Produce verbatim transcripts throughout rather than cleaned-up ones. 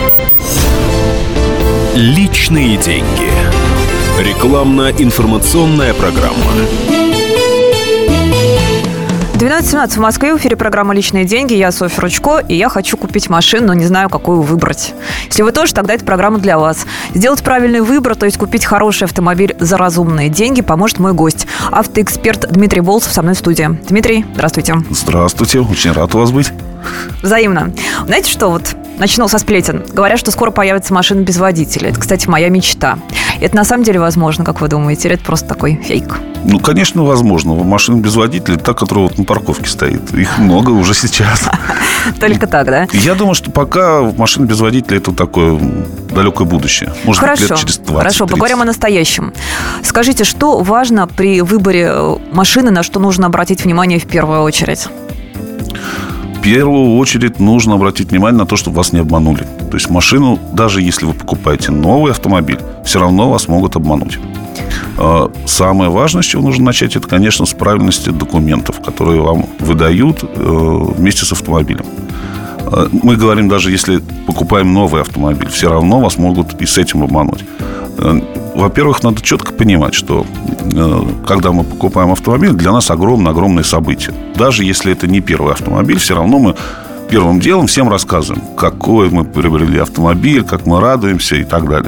Личные деньги. Рекламно-информационная программа. двенадцать семнадцать в Москве, в эфире программа «Личные деньги». Я Софья Ручко, и я хочу купить машину, но не знаю, какую выбрать. Если вы тоже, тогда эта программа для вас. Сделать правильный выбор, то есть купить хороший автомобиль за разумные деньги, поможет мой гость. Автоэксперт Дмитрий Болцев со мной в студии. Дмитрий, здравствуйте. Здравствуйте, очень рад у вас быть. Взаимно. Знаете что, вот начну со сплетен. Говорят, что скоро появится машина без водителя. Это, кстати, моя мечта. Это на самом деле возможно, как вы думаете? Или это просто такой фейк? Ну, конечно, возможно. Машина без водителя, та, которая вот на парковке стоит. Их много уже сейчас. Только так, да? Я думаю, что пока машина без водителя — это такое далекое будущее. Может быть, лет через двадцать. Хорошо, поговорим о настоящем. Скажите, что важно при выборе машины, на что нужно обратить внимание в первую очередь? В первую очередь нужно обратить внимание на то, чтобы вас не обманули. То есть машину, даже если вы покупаете новый автомобиль, все равно вас могут обмануть. Самое важное, с чего нужно начать, это, конечно, с правильности документов, которые вам выдают вместе с автомобилем. Мы говорим, даже если покупаем новый автомобиль, все равно вас могут и с этим обмануть. Во-первых, надо четко понимать, что когда мы покупаем автомобиль, для нас огромное-огромное событие. Даже если это не первый автомобиль, все равно мы первым делом всем рассказываем, какой мы приобрели автомобиль, как мы радуемся и так далее.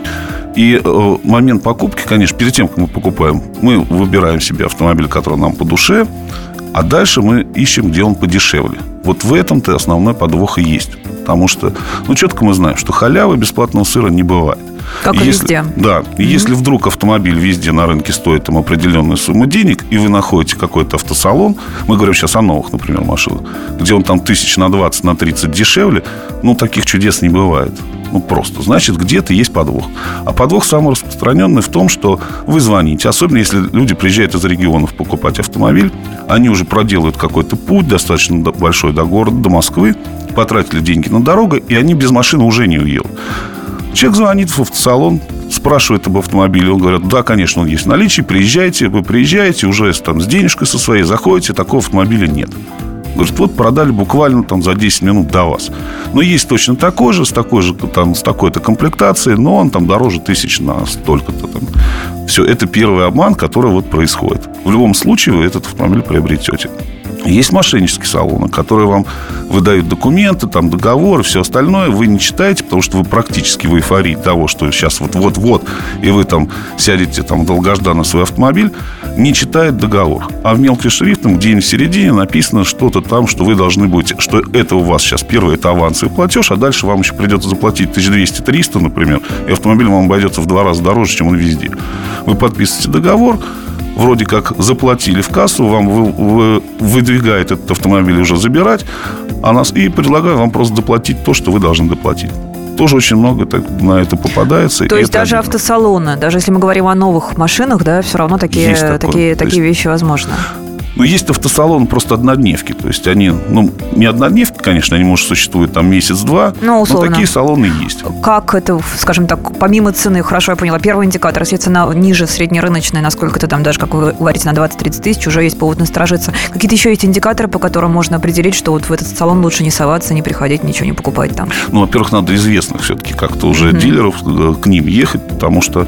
И э, момент покупки, конечно, перед тем, как мы покупаем, мы выбираем себе автомобиль, который нам по душе, а дальше мы ищем, где он подешевле. Вот в этом-то основной подвох и есть. Потому что, ну, четко мы знаем, что халявы, бесплатного сыра не бывает. Как и если, везде. Да. И mm-hmm. если вдруг автомобиль везде на рынке стоит там определенную сумму денег, и вы находите какой-то автосалон, мы говорим сейчас о новых, например, машинах, где он там тысяч на двадцать, на тридцать дешевле, ну, таких чудес не бывает. Ну, просто. Значит, где-то есть подвох. А подвох самый распространенный в том, что вы звоните. Особенно, если люди приезжают из регионов покупать автомобиль. Они уже проделают какой-то путь достаточно большой до города, до Москвы. Потратили деньги на дорогу, и они без машины уже не уедут. Человек звонит в автосалон, спрашивает об автомобиле. Он говорит, да, конечно, он есть в наличии. Приезжайте, вы приезжаете, уже там с денежкой со своей заходите. Такого автомобиля нет. Говорит, вот продали буквально там за десять минут до вас. Но есть точно такой же, с такой же, там, с такой-то комплектацией, но он там дороже тысяч на столько-то там. Все, это первый обман, который вот происходит. В любом случае вы этот автомобиль приобретете. Есть мошеннические салоны, которые вам выдают документы, там, договор и все остальное. Вы не читаете, потому что вы практически в эйфории того, что сейчас вот-вот-вот, и вы там сядете там, в долгожданный свой автомобиль, не читает договор. А в мелким шрифтом, где-нибудь в середине написано что-то там, что вы должны будете, что это у вас сейчас первый, это авансовый платеж, а дальше вам еще придется заплатить тысяча двести - триста, например, и автомобиль вам обойдется в два раза дороже, чем он везде. Вы подписываете договор, вроде как заплатили в кассу, вам вы, вы, выдвигает этот автомобиль уже забирать, а нас, и предлагаю вам просто доплатить то, что вы должны доплатить. Тоже очень много так, на это попадается. То есть даже обидно. Автосалоны, даже если мы говорим о новых машинах, да, все равно такие, такие, такие есть... вещи возможны. Ну, есть автосалоны просто однодневки. То есть они, ну, не однодневки, конечно, они, может, существуют там месяц-два, ну, условно. Но такие салоны есть. Как это, скажем так, помимо цены, хорошо, я поняла, первый индикатор, если цена ниже среднерыночной, насколько-то там даже, как вы говорите, на двадцать-тридцать тысяч, уже есть повод насторожиться. Какие-то еще есть индикаторы, по которым можно определить, что вот в этот салон лучше не соваться, не приходить, ничего не покупать там? Ну, во-первых, надо известных все-таки как-то уже mm-hmm. дилеров к ним ехать, потому что,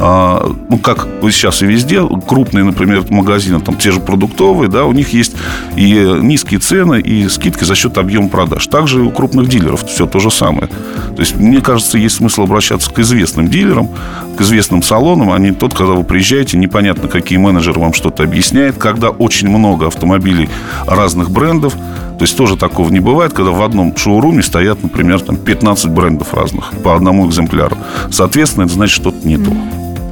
а, ну, как сейчас и везде, крупные, например, магазины, там, те же продуктовые, да, у них есть и низкие цены, и скидки за счет объема продаж. Также и у крупных дилеров все то же самое. То есть, мне кажется, есть смысл обращаться к известным дилерам, к известным салонам, а не тот, когда вы приезжаете, непонятно, какие менеджеры вам что-то объясняют, когда очень много автомобилей разных брендов. То есть, тоже такого не бывает, когда в одном шоуруме стоят, например, там пятнадцать брендов разных по одному экземпляру. Соответственно, это значит, что-то не то.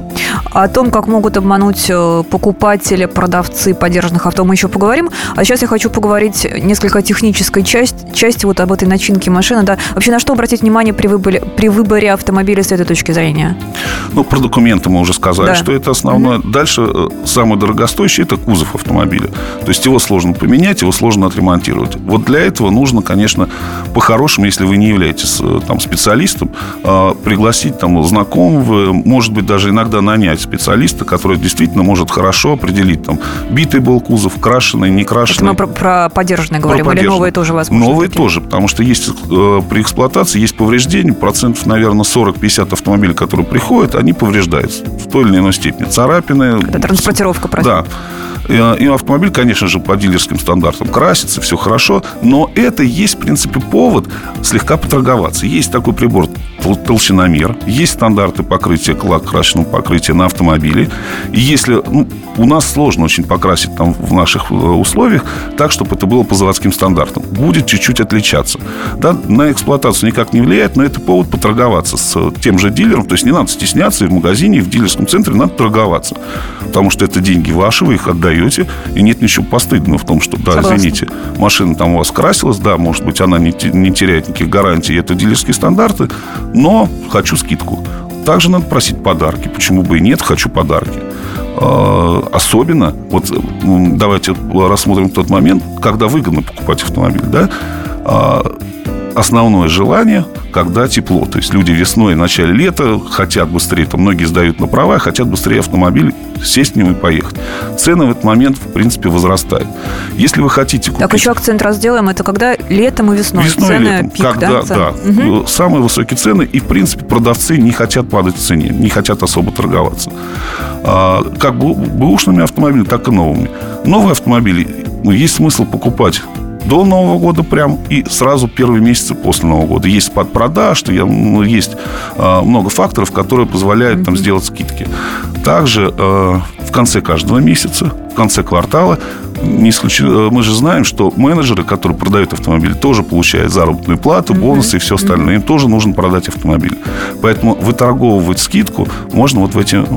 О том, как могут обмануть покупатели, продавцы подержанных авто, мы еще поговорим. А сейчас я хочу поговорить несколько о технической части, части вот об этой начинке машины. Да. Вообще, на что обратить внимание при выборе, при выборе автомобиля с этой точки зрения? Ну, про документы мы уже сказали, да. что это основное. Mm-hmm. Дальше самое дорогостоящее – это кузов автомобиля. То есть его сложно поменять, его сложно отремонтировать. Вот для этого нужно, конечно, по-хорошему, если вы не являетесь там, специалистом, пригласить там, знакомого, может быть, даже иногда нанять нанять специалиста, который действительно может хорошо определить, там, битый был кузов, крашеный, не крашеный. Это мы про, про подержанные говорим, про или новые тоже возможно? Новые такие? тоже, потому что есть э, при эксплуатации есть повреждения, процентов, наверное, сорок-пятьдесят автомобилей, которые приходят, они повреждаются в той или иной степени. Царапины. Это транспортировка, да. И автомобиль, конечно же, по дилерским стандартам красится, все хорошо, но это есть, в принципе, повод слегка поторговаться. Есть такой прибор толщиномер, есть стандарты покрытия, лак-крашенного покрытия на автомобиле. И если ну, у нас сложно очень покрасить там в наших условиях так, чтобы это было по заводским стандартам, будет чуть-чуть отличаться. Да, на эксплуатацию никак не влияет, но это повод поторговаться с тем же дилером. То есть не надо стесняться, и в магазине, и в дилерском центре надо торговаться. Потому что это деньги ваши, вы их отдаете, и нет ничего постыдного в том, что, да, Согласна. Извините, машина там у вас красилась, да, может быть, она не, не теряет никаких гарантий, это дилерские стандарты, но хочу скидку. Также надо просить подарки. Почему бы и нет, хочу подарки. Особенно, вот давайте рассмотрим тот момент, когда выгодно покупать автомобиль, да? Основное желание, когда тепло. То есть люди весной, в начале лета хотят быстрее, там многие сдают на права, хотят быстрее автомобиль, сесть в него и поехать. Цены в этот момент, в принципе, возрастают. Если вы хотите купить... Так, еще акцент раз сделаем. Это когда летом и весной. Весной цены, и летом. Пик, когда, да? да. Угу. Самые высокие цены. И, в принципе, продавцы не хотят падать в цене. Не хотят особо торговаться. А, как бэушными автомобилями, так и новыми. Новые автомобили, ну, есть смысл покупать до Нового года прям и сразу первые месяцы после Нового года. Есть спад продаж, ну, есть э, много факторов, которые позволяют там сделать скидки. Также э, в конце каждого месяца, в конце квартала не исключено, мы же знаем, что менеджеры, которые продают автомобиль, тоже получают заработную плату, бонусы и все остальное. Им тоже нужно продать автомобиль. Поэтому выторговывать скидку можно вот в эти, э,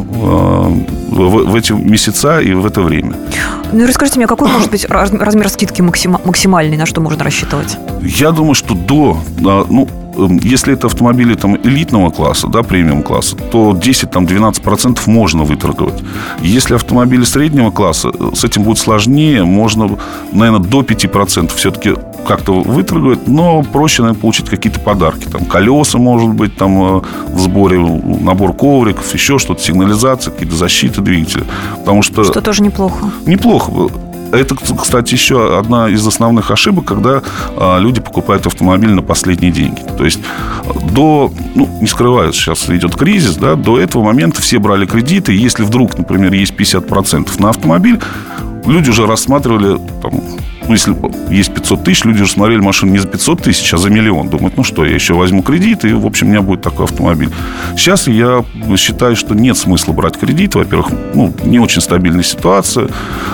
в, в эти месяца и в это время. Ну и расскажите мне, какой может быть размер скидки максимальный, на что можно рассчитывать? Я думаю, что до... Ну, если это автомобили там, элитного класса, да, премиум-класса, то десять-двенадцать процентов можно выторговать. Если автомобили среднего класса, с этим будет сложнее. Можно, наверное, до пяти процентов все-таки как-то выторговать, но проще, наверное, получить какие-то подарки. Там колеса, может быть, там в сборе, набор ковриков, еще что-то, сигнализация, какие-то защиты двигателя. Потому что... Что тоже неплохо. Неплохо. Это, кстати, еще одна из основных ошибок, когда а, люди покупают автомобиль на последние деньги. То есть до, ну, не скрываю, сейчас идет кризис, да, до этого момента все брали кредиты. И если вдруг, например, есть пятьдесят процентов на автомобиль, люди уже рассматривали, там, ну, если есть пятьсот тысяч, люди уже смотрели машину не за пятьсот тысяч, а за миллион. Думают, ну что, я еще возьму кредит, и, в общем, у меня будет такой автомобиль. Сейчас я считаю, что нет смысла брать кредит. Во-первых, ну, не очень стабильная ситуация.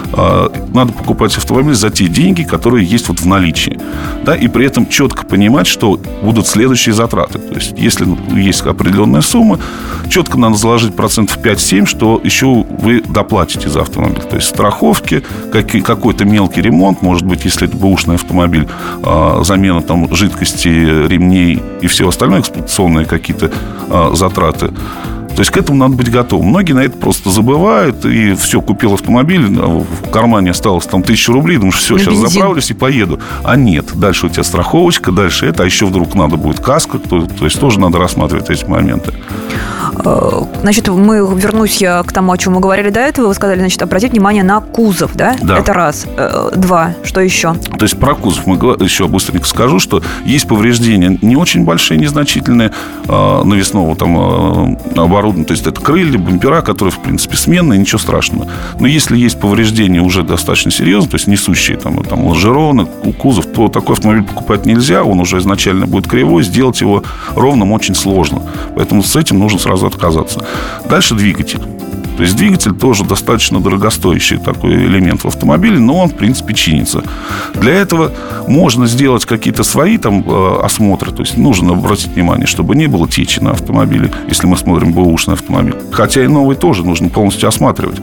Надо покупать автомобиль за те деньги, которые есть вот в наличии. Да, и при этом четко понимать, что будут следующие затраты. То есть, если есть определенная сумма, четко надо заложить процентов пять-семь, что еще вы доплатите за автомобиль. То есть, страховки, какой-то мелкий ремонт, может быть, если это бэушный автомобиль, замена там жидкости, ремней и все остальное, эксплуатационные какие-то затраты. То есть к этому надо быть готовым. Многие на это просто забывают. И все, купил автомобиль, в кармане осталось там тысяча рублей. Думаешь, все, сейчас заправлюсь и поеду. А нет, дальше у тебя страховочка, дальше это. А еще вдруг надо будет каска. То, то есть тоже надо рассматривать эти моменты. Значит, мы вернусь я к тому, о чем мы говорили до этого. Вы сказали, значит, обратить внимание на кузов, да? Да. Это раз. Два. Что еще? То есть про кузов мы еще быстренько скажу, что есть повреждения не очень большие, незначительные навесного там оборудования. То есть это крылья, бампера, которые, в принципе, сменные, ничего страшного. Но если есть повреждения уже достаточно серьезные, то есть несущие там, там лонжероны, кузов, то такой автомобиль покупать нельзя. Он уже изначально будет кривой, сделать его ровным очень сложно. Поэтому с этим нужно сразу отказаться. Дальше двигатель. То есть двигатель тоже достаточно дорогостоящий такой элемент в автомобиле, но он, в принципе, чинится. Для этого можно сделать какие-то свои там осмотры. То есть нужно обратить внимание, чтобы не было течи на автомобиле, если мы смотрим бэушный автомобиль. Хотя и новый тоже нужно полностью осматривать.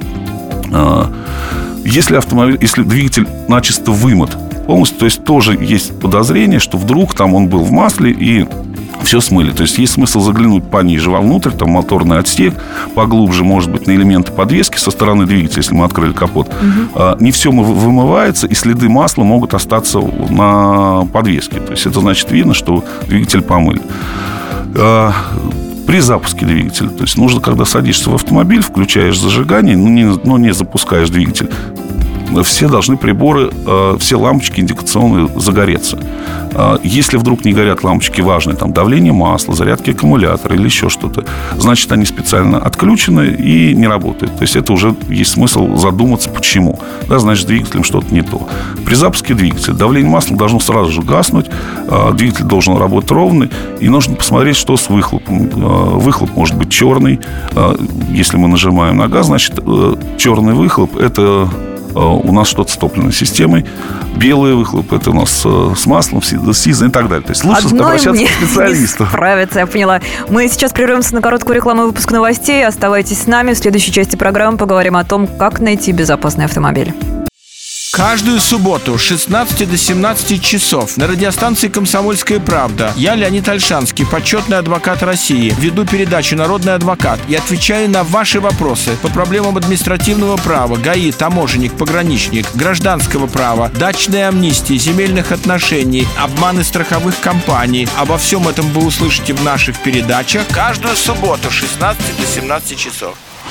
Если автомобиль, если двигатель начисто вымыт полностью, то есть тоже есть подозрение, что вдруг там он был в масле и все смыли. То есть есть смысл заглянуть пониже вовнутрь, там моторный отсек, поглубже, может быть, на элементы подвески со стороны двигателя, если мы открыли капот. Угу. Не все вымывается, и следы масла могут остаться на подвеске. То есть это значит видно, что двигатель помыли. при запуске двигателя. То есть нужно, когда садишься в автомобиль, включаешь зажигание, но не, но не запускаешь двигатель, все должны приборы, все лампочки индикационные загореться. Если вдруг не горят лампочки важные, там давление масла, зарядки аккумулятора или еще что-то, значит, они специально отключены и не работают. То есть это уже есть смысл задуматься, почему. Да, значит, с двигателем что-то не то. При запуске двигателя давление масла должно сразу же гаснуть, двигатель должен работать ровный, и нужно посмотреть, что с выхлопом. Выхлоп может быть черный. Если мы нажимаем на газ, значит, черный выхлоп – это у нас что-то с топливной системой. Белый выхлоп – это у нас с маслом, сизый и так далее. То есть лучше Одной обращаться мне к специалисту. Не справиться, я поняла. Мы сейчас прервемся на короткую рекламу и выпуск новостей. Оставайтесь с нами. В следующей части программы поговорим о том, как найти безопасный автомобиль. Каждую субботу с шестнадцати до семнадцати часов на радиостанции «Комсомольская правда» я, Леонид Ольшанский, почетный адвокат России, веду передачу «Народный адвокат» и отвечаю на ваши вопросы по проблемам административного права, ГАИ, таможенник, пограничник, гражданского права, дачной амнистии, земельных отношений, обманы страховых компаний. Обо всем этом вы услышите в наших передачах каждую субботу с шестнадцати до семнадцати часов.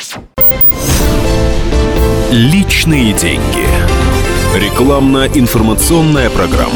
Личные деньги. Рекламно-информационная программа.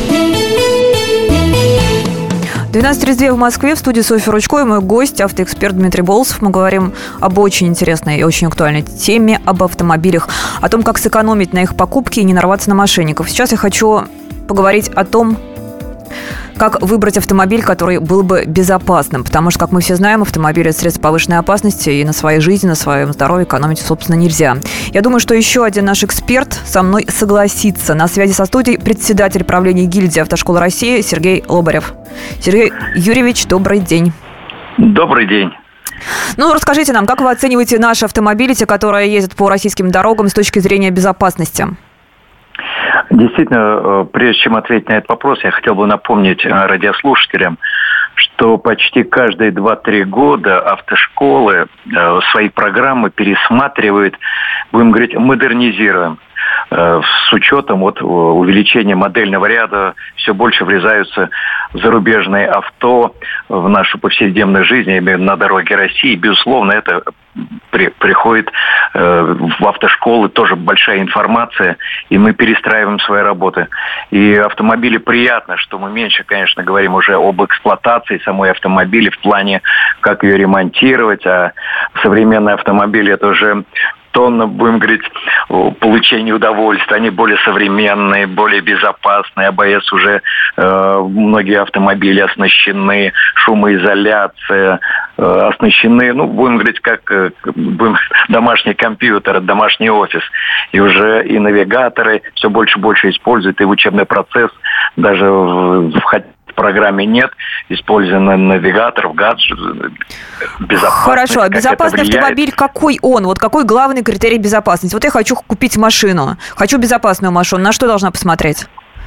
двенадцать тридцать два в Москве. В студии Софья Ручко и мой гость, автоэксперт Дмитрий Болсов. Мы говорим об очень интересной и очень актуальной теме, об автомобилях, о том, как сэкономить на их покупке и не нарваться на мошенников. Сейчас я хочу поговорить о том, как выбрать автомобиль, который был бы безопасным. Потому что, как мы все знаем, автомобиль – это средство повышенной опасности, и на своей жизни, на своем здоровье экономить, собственно, нельзя. Я думаю, что еще один наш эксперт со мной согласится. На связи со студией председатель правления гильдии «Автошкола России» Сергей Лобарев. Сергей Юрьевич, добрый день. Добрый день. Ну, расскажите нам, как вы оцениваете наши автомобили, те, которые ездят по российским дорогам, с точки зрения безопасности? Действительно, прежде чем ответить на этот вопрос, я хотел бы напомнить радиослушателям, что почти каждые два-три года автошколы свои программы пересматривают, будем говорить, модернизируем. С учетом вот увеличения модельного ряда все больше врезаются зарубежные авто в нашу повседневную жизнь, на дороге России. Безусловно, это при, приходит э, в автошколы тоже большая информация, и мы перестраиваем свои работы. И автомобили приятно, что мы меньше, конечно, говорим уже об эксплуатации самой автомобиля в плане, как ее ремонтировать, а современные автомобили это уже тонна, будем говорить, получения удовольствия. Они более современные, более безопасные. а бэ эс уже э, многие автомобили оснащены, шумоизоляция, э, оснащены, ну, будем говорить, как э, будем, домашний компьютер, домашний офис. И уже и навигаторы все больше и больше используют, и в учебный процесс даже в, в в программе нет, используя навигаторов, гаджет, безопасность. Хорошо, а безопасный автомобиль какой он? Вот какой главный критерий безопасности? Вот я хочу купить машину, хочу безопасную машину, на что должна посмотреть?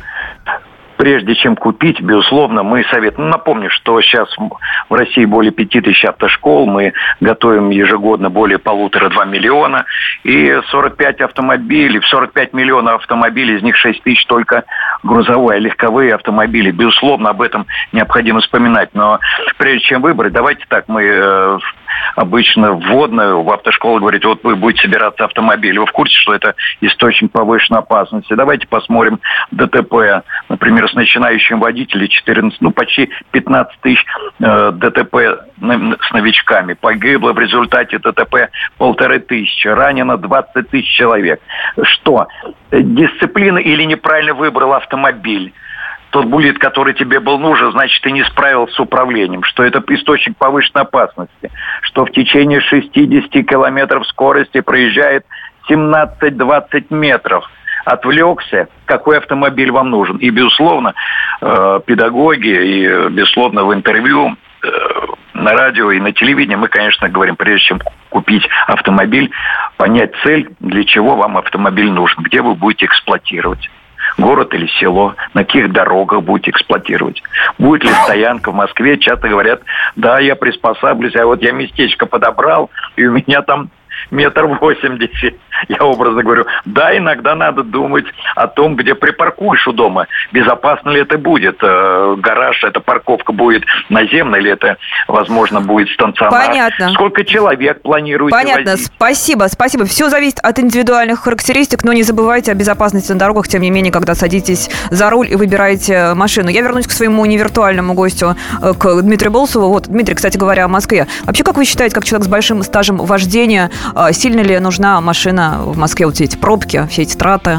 Прежде чем купить, безусловно, мы советуем. Ну, напомню, что сейчас в России более пяти тысяч автошкол, мы готовим ежегодно более полутора-два миллиона, и сорок пять автомобилей, сорок пять миллионов автомобилей, из них шесть тысяч только грузовые, легковые автомобили. Безусловно, об этом необходимо вспоминать. Но прежде чем выбрать, давайте так, мы э, обычно вводную в автошколу говорить, вот вы будете собираться автомобиль. Вы в курсе, что это источник повышенной опасности? Давайте посмотрим ДТП. Например, с начинающим водителем четырнадцать, ну почти пятнадцать тысяч э, ДТП с новичками. Погибло в результате ДТП полторы тысячи. Ранено двадцать тысяч человек. Что? Дисциплина или неправильно выбрал автомобиль? Тот буллит, который тебе был нужен, значит, ты не справился с управлением. Что это источник повышенной опасности. Что в течение шестидесяти километров скорости проезжает семнадцать-двадцать метров. Отвлекся, какой автомобиль вам нужен. И, безусловно, э, педагоги, и, безусловно, в интервью э, на радио и на телевидении мы, конечно, говорим, прежде чем купить автомобиль, понять цель, для чего вам автомобиль нужен, где вы будете эксплуатировать. Город или село, на каких дорогах будете эксплуатировать. Будет ли стоянка в Москве? Часто говорят, да, я приспосаблюсь, а вот я местечко подобрал, и у меня там метр восемьдесят. Я образно говорю. Да, иногда надо думать о том, где припаркуешь у дома. Безопасно ли это будет? Гараж, эта парковка будет наземной, или это, возможно, будет стационар? Понятно. Сколько человек планируете Понятно. возить? Спасибо, спасибо. Все зависит от индивидуальных характеристик, но не забывайте о безопасности на дорогах, тем не менее, когда садитесь за руль и выбираете машину. Я вернусь к своему невиртуальному гостю, к Дмитрию Болсову. Вот, Дмитрий, кстати говоря, о Москве. Вообще, как вы считаете, как человек с большим стажем вождения, сильно ли нужна машина в Москве? Вот все эти пробки, все эти траты.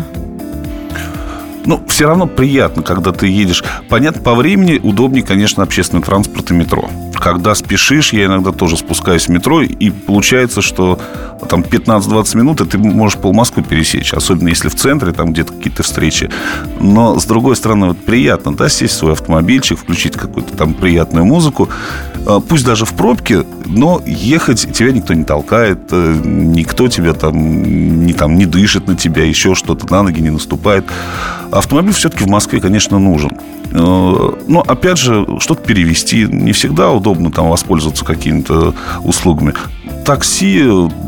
Ну, все равно приятно, когда ты едешь. Понятно, по времени удобнее, конечно, общественный транспорт и метро. Когда спешишь, я иногда тоже спускаюсь в метро, и получается, что там пятнадцать-двадцать минут, и ты можешь пол-Москвы пересечь. Особенно если в центре, там где-то какие-то встречи. Но, с другой стороны, вот приятно, да, сесть в свой автомобильчик, включить какую-то там приятную музыку. Пусть даже в пробке, но ехать тебя никто не толкает, никто тебя там не, там, не дышит на тебя, еще что-то, на ноги не наступает. Автомобиль все-таки в Москве, конечно, нужен. Но, опять же, что-то перевезти не всегда удобно там воспользоваться какими-то услугами. Такси,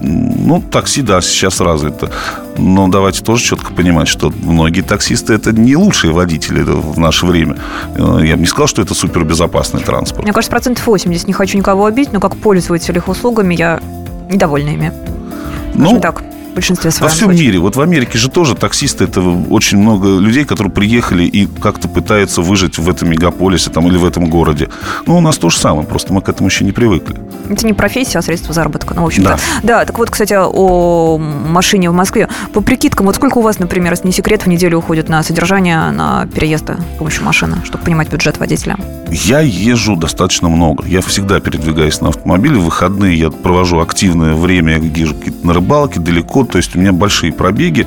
ну, такси, да, сейчас развито. Но давайте тоже четко понимать, что многие таксисты – это не лучшие водители в наше время. Я бы не сказал, что это супербезопасный транспорт. Мне кажется, процентов восемьдесят. Не хочу никого обидеть, но как пользователь их услугами я недовольна ими. Скажем ну, так. В большинстве своем. Во всем случае. Мире. Вот в Америке же тоже таксисты, это очень много людей, которые приехали и как-то пытаются выжить в этом мегаполисе там, или в этом городе. Ну, у нас то же самое, просто мы к этому еще не привыкли. Это не профессия, а средство заработка. Ну, в общем-то. Да. Да, так вот, кстати, о машине в Москве. По прикидкам, вот сколько у вас, например, если не секрет, в неделю уходит на содержание, на переезды с помощью машины, чтобы понимать бюджет водителя? Я езжу достаточно много. Я всегда передвигаюсь на автомобиле. В выходные я провожу активное время, я езжу на рыбалке далеко. То есть у меня большие пробеги.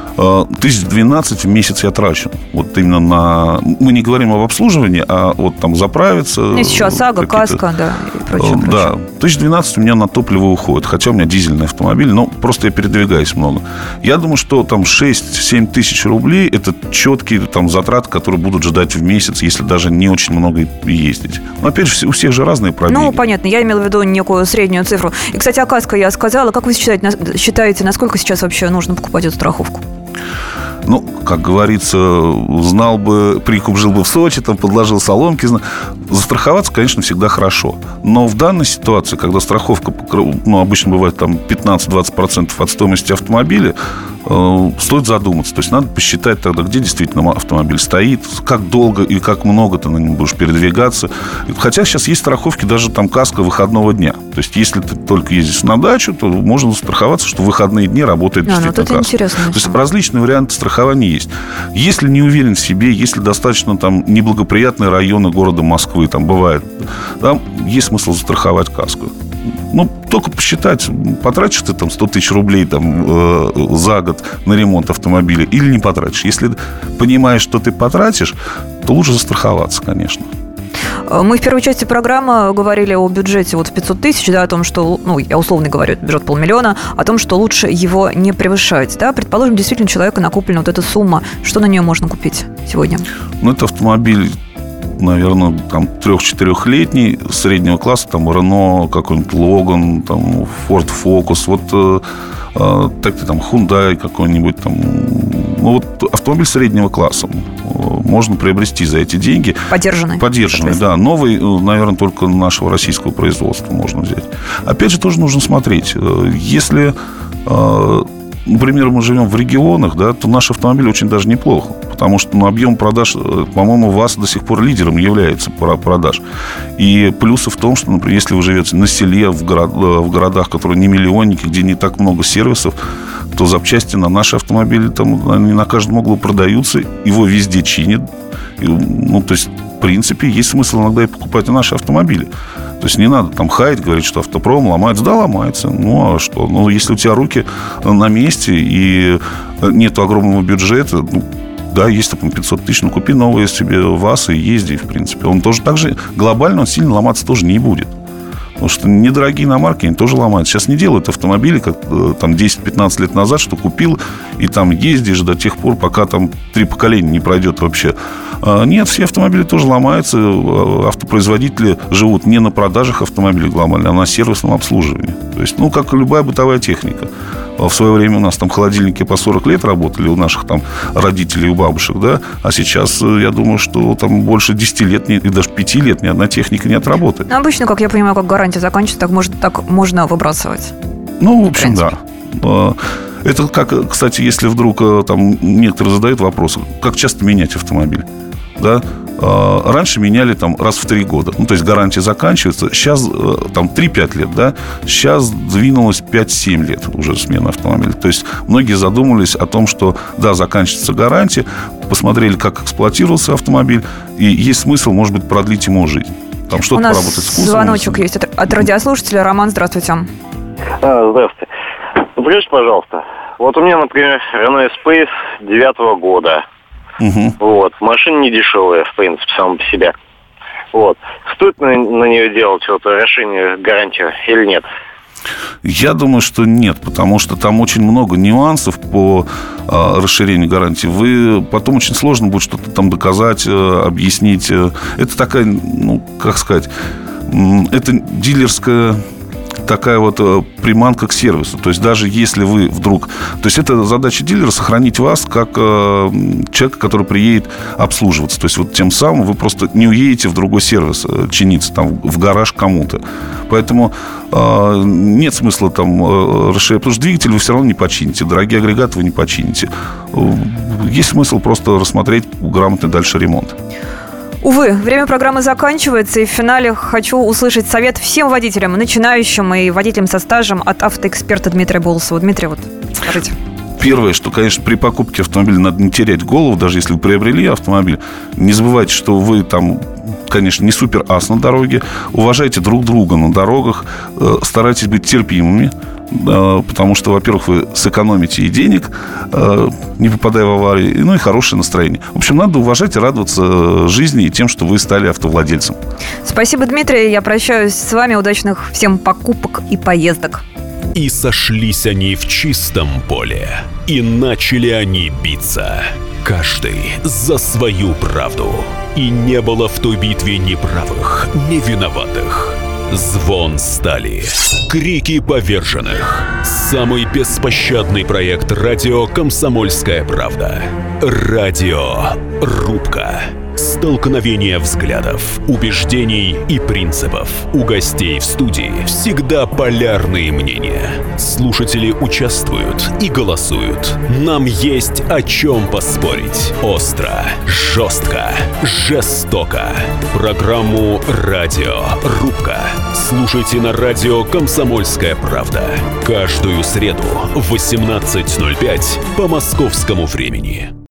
Тысяч двенадцать в месяц я трачу. Вот именно на... Мы не говорим об обслуживании, а вот там заправиться. Есть еще ОСАГО, каска, да, и прочее, прочее. Да, тысяч двенадцать у меня на топливо уходит. Хотя у меня дизельный автомобиль, но просто я передвигаюсь много. Я думаю, что там шесть-семь тысяч рублей – это четкие там затраты, которые будут ждать в месяц, если даже не очень много ездить. Но опять же, у всех же разные пробеги. Ну, понятно. Я имела в виду некую среднюю цифру. И, кстати, о каско я сказала. Как вы считаете, считаете, насколько сейчас вообще нужно покупать эту страховку? Ну, как говорится, знал бы, прикуп жил бы в Сочи, там подложил соломки. Застраховаться, конечно, всегда хорошо. Но в данной ситуации, когда страховка, ну, обычно бывает там пятнадцать-двадцать процентов от стоимости автомобиля, э, стоит задуматься. То есть надо посчитать тогда, где действительно автомобиль стоит, как долго и как много ты на нем будешь передвигаться. Хотя сейчас есть страховки даже там каска выходного дня. То есть если ты только ездишь на дачу, то можно застраховаться, что в выходные дни работает а, действительно ну, каска. Интересно. То есть различные варианты страхования есть. Если не уверен в себе, если достаточно там неблагоприятные районы города Москвы, там бывает, там есть смысл застраховать каску. Ну, только посчитать, потратишь ты там сто тысяч рублей там, э, за год на ремонт автомобиля или не потратишь. Если понимаешь, что ты потратишь, то лучше застраховаться, конечно. Мы в первой части программы говорили о бюджете вот в пятьсот тысяч, да, о том, что, ну, я условно говорю, бюджет полмиллиона, о том, что лучше его не превышать, да. Предположим, действительно, у человека накоплена вот эта сумма. Что на нее можно купить сегодня? Ну, это автомобиль, наверное, там трех-четырехлетний, среднего класса, там, Renault, какой-нибудь Logan, там, Ford Focus, вот э, э, так там, Hyundai какой-нибудь, там, ну, вот автомобиль среднего класса можно приобрести за эти деньги. Подержанный. Подержанный, да. Новый, наверное, только нашего российского производства можно взять. Опять же, тоже нужно смотреть. Если, например, мы живем в регионах, да, то наш автомобиль очень даже неплохо. Потому что, ну, объем продаж, по-моему, ВАЗ до сих пор лидером является по продаж. И плюсы в том, что, например, если вы живете на селе, в, город, в городах, которые не миллионники, где не так много сервисов, то запчасти на наши автомобили там они на каждом углу продаются, его везде чинят. И, ну, то есть, в принципе, есть смысл иногда и покупать и наши автомобили. То есть не надо там хаять, говорить, что автопром ломается. Да, ломается. Ну, а что? Ну, если у тебя руки на месте и нет огромного бюджета, ну, да, есть там пятьсот тысяч, ну, купи новый себе ВАЗ и езди, в принципе. Он тоже так же глобально, он сильно ломаться тоже не будет. Потому что недорогие иномарки, они тоже ломаются. Сейчас не делают автомобили, как там десять-пятнадцать лет назад, что купил, и там ездишь до тех пор, пока там три поколения не пройдет вообще. Нет, все автомобили тоже ломаются. Автопроизводители живут не на продажах автомобилей глобально, а на сервисном обслуживании. То есть, ну, как и любая бытовая техника. В свое время у нас там холодильники по сорок лет работали у наших там родителей, у бабушек, да, а сейчас, я думаю, что там больше десяти лет и даже пяти лет ни одна техника не отработает. Ну, обычно, как я понимаю, как гарантия заканчивается, так, может, так можно выбрасывать. Ну, в общем, в да. Это как, кстати, если вдруг там некоторые задают вопрос, как часто менять автомобиль, да? Раньше меняли там раз в три года. Ну, то есть гарантия заканчивается. Сейчас там три-пять лет, да? Сейчас двинулось пять-семь лет уже смена автомобиля. То есть многие задумались о том, что, да, заканчивается гарантия, посмотрели, как эксплуатировался автомобиль, и есть смысл, может быть, продлить ему жизнь. Там что-то У нас поработать с кузовом. Звоночек есть от, от радиослушателя. Роман, здравствуйте. А, здравствуйте. Скажите, пожалуйста, вот у меня, например, Renault Espace девятого года. Угу. Вот. Машина не дешевая, в принципе, сама по себе. Вот. Стоит на, на нее делать вот расширение гарантии или нет? Я думаю, что нет, потому что там очень много нюансов по э, расширению гарантии. Вы потом очень сложно будет что-то там доказать, э, объяснить. Это такая, ну, как сказать, это дилерская такая вот приманка к сервису. То есть даже если вы вдруг... То есть это задача дилера — сохранить вас как э, человека, который приедет обслуживаться. То есть вот тем самым вы просто не уедете в другой сервис э, чиниться, там, в гараж кому-то. Поэтому э, нет смысла там э, расширять, потому что двигатель вы все равно не почините, дорогие агрегаты вы не почините. Есть смысл просто рассмотреть грамотный дальше ремонт. Увы, время программы заканчивается, и в финале хочу услышать совет всем водителям, начинающим и водителям со стажем от автоэксперта Дмитрия Болесова. Дмитрий, вот скажите. Первое, что, конечно, при покупке автомобиля надо не терять голову, даже если вы приобрели автомобиль. Не забывайте, что вы там, конечно, не супер ас на дороге. Уважайте друг друга на дорогах. Старайтесь быть терпимыми, потому что, во-первых, вы сэкономите и денег, не попадая в аварии, ну и хорошее настроение. В общем, надо уважать и радоваться жизни и тем, что вы стали автовладельцем. Спасибо, Дмитрий. Я прощаюсь с вами. Удачных всем покупок и поездок. И сошлись они в чистом поле, и начали они биться. Каждый за свою правду. И не было в той битве ни правых, ни виноватых. Звон стали, крики поверженных. Самый беспощадный проект радио «Комсомольская правда». Радиорубка. Столкновение взглядов, убеждений и принципов. У гостей в студии всегда полярные мнения. Слушатели участвуют и голосуют. Нам есть о чем поспорить. Остро, жестко, жестоко. Программу «Радиорубка» слушайте на радио «Комсомольская правда». Каждую среду в восемнадцать ноль пять по московскому времени.